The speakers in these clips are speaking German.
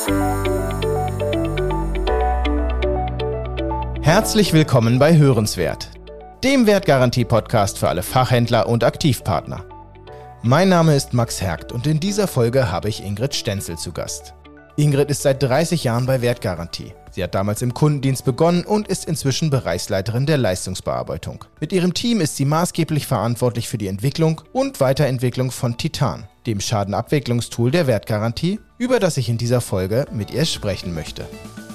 Herzlich willkommen bei Hörenswert, dem Wertgarantie-Podcast für alle Fachhändler und Aktivpartner. Mein Name ist Max Hergt und in dieser Folge habe ich Ingrid Stenzel zu Gast. Ingrid ist seit 30 Jahren bei Wertgarantie. Sie hat damals im Kundendienst begonnen und ist inzwischen Bereichsleiterin der Leistungsbearbeitung. Mit ihrem Team ist sie maßgeblich verantwortlich für die Entwicklung und Weiterentwicklung von Titan, dem Schadenabwicklungstool der Wertgarantie, über das ich in dieser Folge mit ihr sprechen möchte.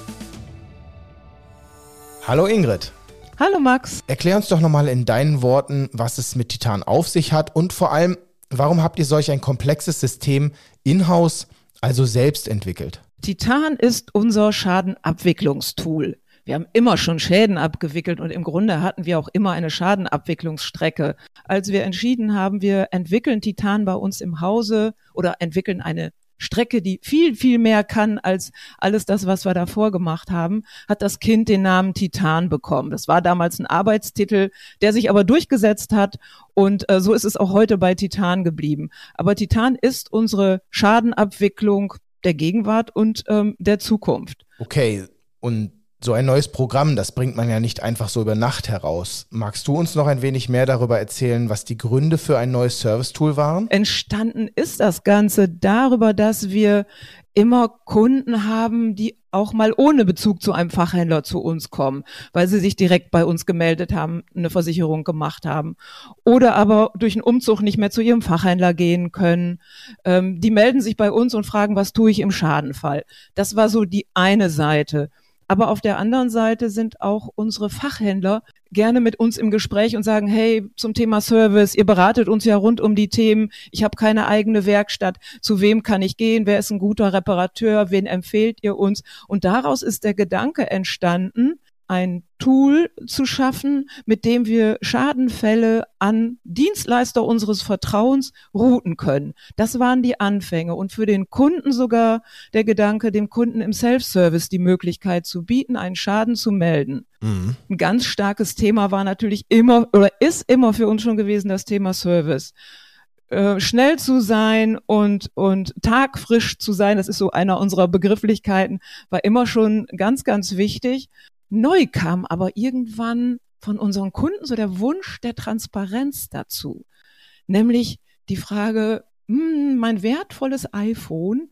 Hallo Ingrid. Hallo Max. Erklär uns doch nochmal in deinen Worten, was es mit Titan auf sich hat und vor allem, warum habt ihr solch ein komplexes System in-house, also selbst entwickelt? Titan ist unser Schadenabwicklungstool. Wir haben immer schon Schäden abgewickelt und im Grunde hatten wir auch immer eine Schadenabwicklungsstrecke. Als wir entschieden haben, wir entwickeln Titan bei uns im Hause oder entwickeln eine Strecke, die viel, viel mehr kann als alles das, was wir davor gemacht haben, hat das Kind den Namen Titan bekommen. Das war damals ein Arbeitstitel, der sich aber durchgesetzt hat und so ist es auch heute bei Titan geblieben. Aber Titan ist unsere Schadenabwicklung der Gegenwart und der Zukunft. Okay, und so ein neues Programm, das bringt man ja nicht einfach so über Nacht heraus. Magst du uns noch ein wenig mehr darüber erzählen, was die Gründe für ein neues Service-Tool waren? Entstanden ist das Ganze darüber, dass wir immer Kunden haben, die auch mal ohne Bezug zu einem Fachhändler zu uns kommen, weil sie sich direkt bei uns gemeldet haben, eine Versicherung gemacht haben oder aber durch einen Umzug nicht mehr zu ihrem Fachhändler gehen können. Die melden sich bei uns und fragen, was tue ich im Schadenfall? Das war so die eine Seite. Aber auf der anderen Seite sind auch unsere Fachhändler gerne mit uns im Gespräch und sagen, hey, zum Thema Service, ihr beratet uns ja rund um die Themen, ich habe keine eigene Werkstatt, zu wem kann ich gehen, wer ist ein guter Reparateur, wen empfehlt ihr uns? Und daraus ist der Gedanke entstanden, ein Tool zu schaffen, mit dem wir Schadenfälle an Dienstleister unseres Vertrauens routen können. Das waren die Anfänge und für den Kunden sogar der Gedanke, dem Kunden im Self-Service die Möglichkeit zu bieten, einen Schaden zu melden. Mhm. Ein ganz starkes Thema war natürlich immer oder ist immer für uns schon gewesen das Thema Service. Schnell zu sein und tagfrisch zu sein, das ist so einer unserer Begrifflichkeiten, war immer schon ganz, ganz wichtig. Neu kam aber irgendwann von unseren Kunden so der Wunsch der Transparenz dazu. Nämlich die Frage, mein wertvolles iPhone,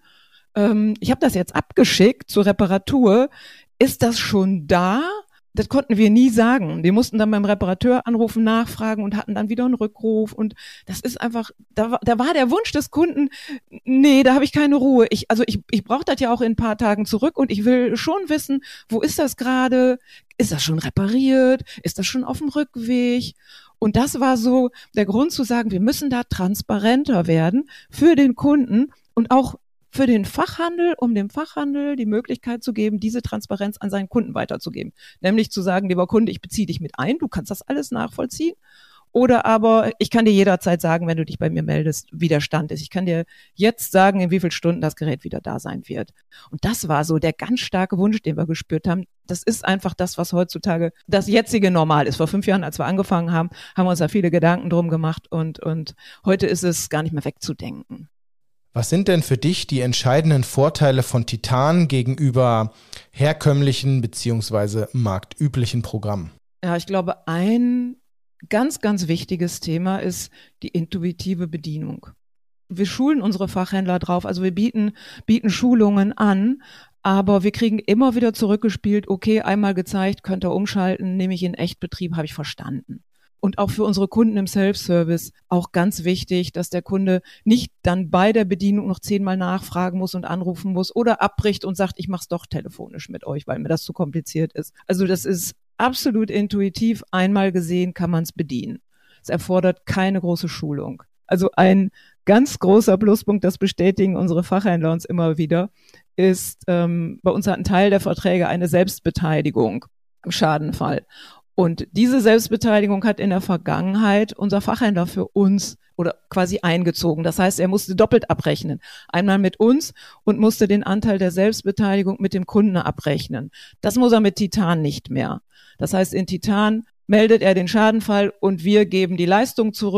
ich habe das jetzt abgeschickt zur Reparatur, ist das schon da? Das konnten wir nie sagen. Wir mussten dann beim Reparateur anrufen, nachfragen und hatten dann wieder einen Rückruf. Und das ist einfach, da war der Wunsch des Kunden, nee, da habe ich keine Ruhe. Ich brauche das ja auch in ein paar Tagen zurück und ich will schon wissen, wo ist das gerade? Ist das schon repariert? Ist das schon auf dem Rückweg? Und das war so der Grund zu sagen, wir müssen da transparenter werden für den Kunden und auch für den Fachhandel, um dem Fachhandel die Möglichkeit zu geben, diese Transparenz an seinen Kunden weiterzugeben. Nämlich zu sagen, lieber Kunde, ich beziehe dich mit ein, du kannst das alles nachvollziehen. Oder aber ich kann dir jederzeit sagen, wenn du dich bei mir meldest, wie der Stand ist. Ich kann dir jetzt sagen, in wie vielen Stunden das Gerät wieder da sein wird. Und das war so der ganz starke Wunsch, den wir gespürt haben. Das ist einfach das, was heutzutage das jetzige Normal ist. Vor 5 Jahren, als wir angefangen haben, haben wir uns da viele Gedanken drum gemacht und heute ist es gar nicht mehr wegzudenken. Was sind denn für dich die entscheidenden Vorteile von Titan gegenüber herkömmlichen bzw. marktüblichen Programmen? Ja, ich glaube, ein ganz, ganz wichtiges Thema ist die intuitive Bedienung. Wir schulen unsere Fachhändler drauf, also wir bieten Schulungen an, aber wir kriegen immer wieder zurückgespielt, okay, einmal gezeigt, könnt ihr umschalten, nehme ich in Echtbetrieb, habe ich verstanden. Und auch für unsere Kunden im Self-Service auch ganz wichtig, dass der Kunde nicht dann bei der Bedienung noch 10-mal nachfragen muss und anrufen muss oder abbricht und sagt, ich mache es doch telefonisch mit euch, weil mir das zu kompliziert ist. Also das ist absolut intuitiv. Einmal gesehen kann man es bedienen. Es erfordert keine große Schulung. Also ein ganz großer Pluspunkt, das bestätigen unsere Fachhändler uns immer wieder, ist, bei uns hat ein Teil der Verträge eine Selbstbeteiligung im Schadenfall. Und diese Selbstbeteiligung hat in der Vergangenheit unser Fachhändler für uns oder quasi eingezogen. Das heißt, er musste doppelt abrechnen. Einmal mit uns und musste den Anteil der Selbstbeteiligung mit dem Kunden abrechnen. Das muss er mit Titan nicht mehr. Das heißt, in Titan meldet er den Schadenfall und wir geben die Leistung zurück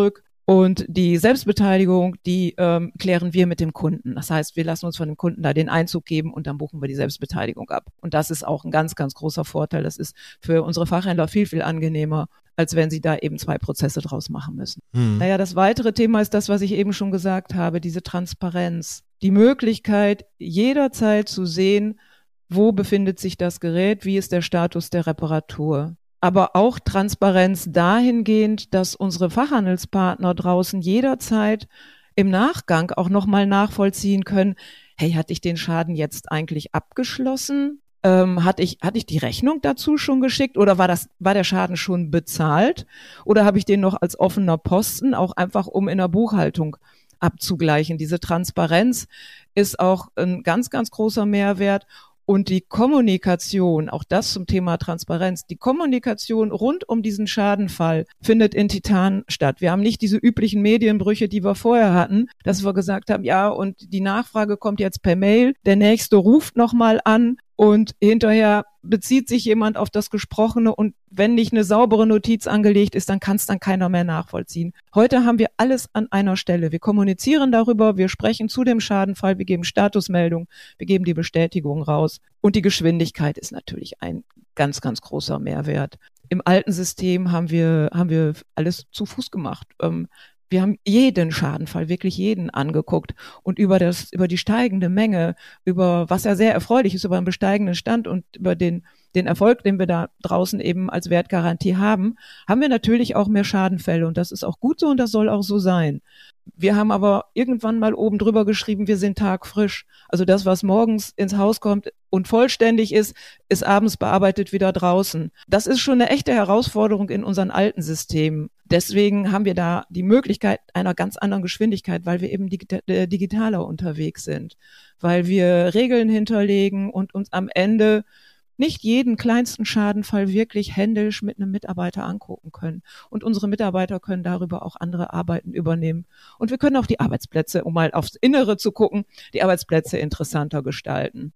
Und die Selbstbeteiligung, die klären wir mit dem Kunden. Das heißt, wir lassen uns von dem Kunden da den Einzug geben und dann buchen wir die Selbstbeteiligung ab. Und das ist auch ein ganz, ganz großer Vorteil. Das ist für unsere Fachhändler viel, viel angenehmer, als wenn sie da eben 2 Prozesse draus machen müssen. Naja, das weitere Thema ist das, was ich eben schon gesagt habe, diese Transparenz. Die Möglichkeit, jederzeit zu sehen, wo befindet sich das Gerät, wie ist der Status der Reparatur. Aber auch Transparenz dahingehend, dass unsere Fachhandelspartner draußen jederzeit im Nachgang auch nochmal nachvollziehen können, hey, hatte ich den Schaden jetzt eigentlich abgeschlossen? Hatte ich die Rechnung dazu schon geschickt oder war der Schaden schon bezahlt? Oder habe ich den noch als offener Posten, auch einfach um in der Buchhaltung abzugleichen? Diese Transparenz ist auch ein ganz, ganz großer Mehrwert. Und die Kommunikation, auch das zum Thema Transparenz, die Kommunikation rund um diesen Schadenfall findet in Titan statt. Wir haben nicht diese üblichen Medienbrüche, die wir vorher hatten, dass wir gesagt haben, ja, und die Nachfrage kommt jetzt per Mail, der Nächste ruft nochmal an und hinterher bezieht sich jemand auf das Gesprochene und wenn nicht eine saubere Notiz angelegt ist, dann kann es dann keiner mehr nachvollziehen. Heute haben wir alles an einer Stelle. Wir kommunizieren darüber, wir sprechen zu dem Schadenfall, wir geben Statusmeldung, wir geben die Bestätigung raus. Und die Geschwindigkeit ist natürlich ein ganz, ganz großer Mehrwert. Im alten System haben wir alles zu Fuß gemacht. Wir haben jeden Schadenfall, wirklich jeden angeguckt und über die steigende Menge, über was ja sehr erfreulich ist, über einen besteigenden Stand und über den Erfolg, den wir da draußen eben als Wertgarantie haben wir natürlich auch mehr Schadenfälle und das ist auch gut so und das soll auch so sein. Wir haben aber irgendwann mal oben drüber geschrieben, wir sind tagfrisch. Also das, was morgens ins Haus kommt und vollständig ist abends bearbeitet wieder draußen. Das ist schon eine echte Herausforderung in unseren alten Systemen. Deswegen haben wir da die Möglichkeit einer ganz anderen Geschwindigkeit, weil wir eben digitaler unterwegs sind, weil wir Regeln hinterlegen und uns am Ende nicht jeden kleinsten Schadenfall wirklich händisch mit einem Mitarbeiter angucken können. Und unsere Mitarbeiter können darüber auch andere Arbeiten übernehmen. Und wir können auch die Arbeitsplätze, um mal aufs Innere zu gucken, die Arbeitsplätze interessanter gestalten.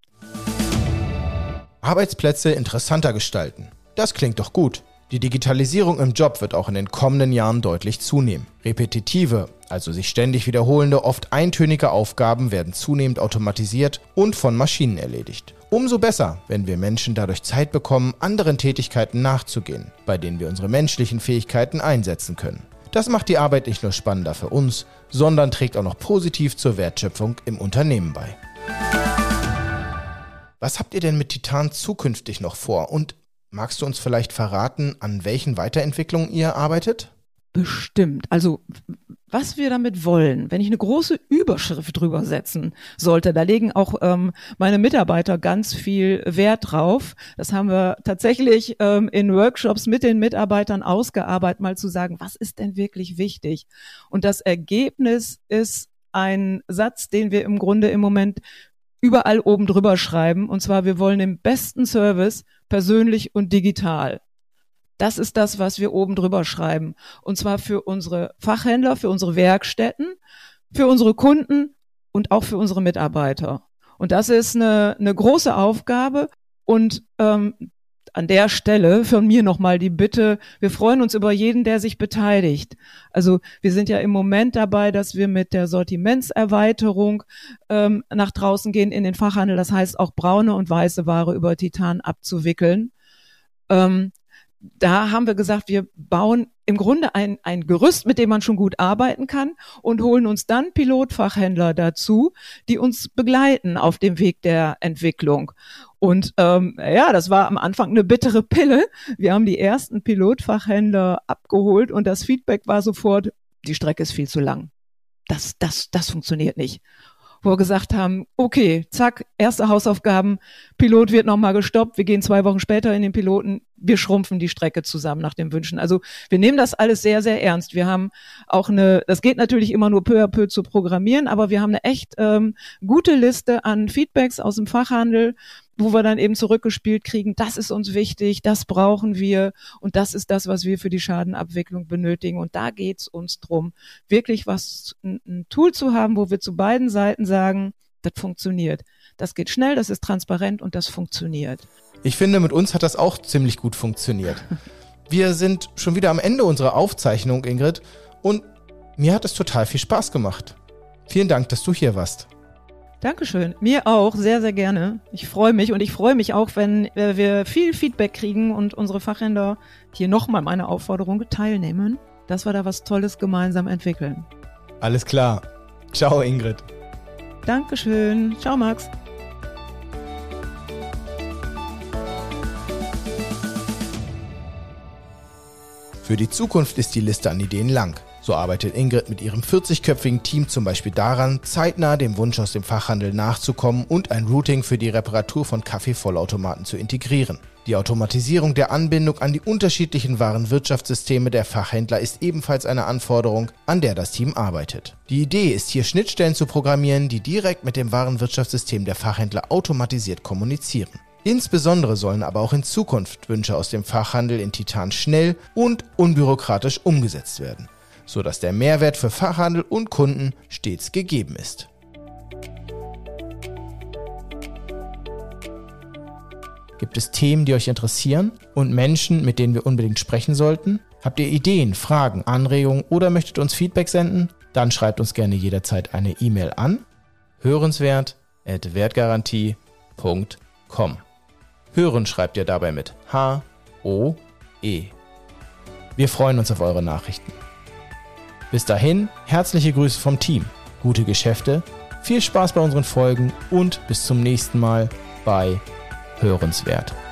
Arbeitsplätze interessanter gestalten. Das klingt doch gut. Die Digitalisierung im Job wird auch in den kommenden Jahren deutlich zunehmen. Repetitive, also sich ständig wiederholende, oft eintönige Aufgaben werden zunehmend automatisiert und von Maschinen erledigt. Umso besser, wenn wir Menschen dadurch Zeit bekommen, anderen Tätigkeiten nachzugehen, bei denen wir unsere menschlichen Fähigkeiten einsetzen können. Das macht die Arbeit nicht nur spannender für uns, sondern trägt auch noch positiv zur Wertschöpfung im Unternehmen bei. Was habt ihr denn mit Titan zukünftig noch vor? Und magst du uns vielleicht verraten, an welchen Weiterentwicklungen ihr arbeitet? Bestimmt. Also was wir damit wollen, wenn ich eine große Überschrift drüber setzen sollte, da legen auch meine Mitarbeiter ganz viel Wert drauf. Das haben wir tatsächlich in Workshops mit den Mitarbeitern ausgearbeitet, mal zu sagen, was ist denn wirklich wichtig? Und das Ergebnis ist ein Satz, den wir im Grunde im Moment überall oben drüber schreiben. Und zwar, wir wollen den besten Service persönlich und digital. Das ist das, was wir oben drüber schreiben. Und zwar für unsere Fachhändler, für unsere Werkstätten, für unsere Kunden und auch für unsere Mitarbeiter. Und das ist eine große Aufgabe. Und an der Stelle von mir nochmal die Bitte, wir freuen uns über jeden, der sich beteiligt. Also wir sind ja im Moment dabei, dass wir mit der Sortimentserweiterung nach draußen gehen in den Fachhandel. Das heißt auch braune und weiße Ware über Titan abzuwickeln. Da haben wir gesagt, wir bauen im Grunde ein Gerüst, mit dem man schon gut arbeiten kann und holen uns dann Pilotfachhändler dazu, die uns begleiten auf dem Weg der Entwicklung. Und das war am Anfang eine bittere Pille. Wir haben die ersten Pilotfachhändler abgeholt und das Feedback war sofort, die Strecke ist viel zu lang. Das funktioniert nicht. Wo wir gesagt haben, okay, zack, erste Hausaufgaben, Pilot wird nochmal gestoppt, wir gehen 2 Wochen später in den Piloten, wir schrumpfen die Strecke zusammen nach den Wünschen. Also wir nehmen das alles sehr, sehr ernst. Wir haben auch das geht natürlich immer nur peu à peu zu programmieren, aber wir haben eine echt gute Liste an Feedbacks aus dem Fachhandel, wo wir dann eben zurückgespielt kriegen, das ist uns wichtig, das brauchen wir und das ist das, was wir für die Schadenabwicklung benötigen. Und da geht's uns drum, wirklich ein Tool zu haben, wo wir zu beiden Seiten sagen, das funktioniert. Das geht schnell, das ist transparent und das funktioniert. Ich finde, mit uns hat das auch ziemlich gut funktioniert. Wir sind schon wieder am Ende unserer Aufzeichnung, Ingrid, und Mir hat es total viel Spaß gemacht. Vielen Dank, dass du hier warst. Dankeschön. Mir auch, sehr, sehr gerne. Ich freue mich auch, wenn wir viel Feedback kriegen und unsere Fachhändler hier nochmal meine Aufforderung teilnehmen, dass wir da was Tolles gemeinsam entwickeln. Alles klar. Ciao, Ingrid. Dankeschön. Ciao, Max. Für die Zukunft ist die Liste an Ideen lang. So arbeitet Ingrid mit ihrem 40-köpfigen Team zum Beispiel daran, zeitnah dem Wunsch aus dem Fachhandel nachzukommen und ein Routing für die Reparatur von Kaffeevollautomaten zu integrieren. Die Automatisierung der Anbindung an die unterschiedlichen Warenwirtschaftssysteme der Fachhändler ist ebenfalls eine Anforderung, an der das Team arbeitet. Die Idee ist hier, Schnittstellen zu programmieren, die direkt mit dem Warenwirtschaftssystem der Fachhändler automatisiert kommunizieren. Insbesondere sollen aber auch in Zukunft Wünsche aus dem Fachhandel in Titan schnell und unbürokratisch umgesetzt werden, sodass der Mehrwert für Fachhandel und Kunden stets gegeben ist. Gibt es Themen, die euch interessieren und Menschen, mit denen wir unbedingt sprechen sollten? Habt ihr Ideen, Fragen, Anregungen oder möchtet uns Feedback senden? Dann schreibt uns gerne jederzeit eine E-Mail an hörenswert@wertgarantie.com. Hören schreibt ihr dabei mit H-O-E. Wir freuen uns auf eure Nachrichten. Bis dahin, herzliche Grüße vom Team, gute Geschäfte, viel Spaß bei unseren Folgen und bis zum nächsten Mal bei Hörenswert.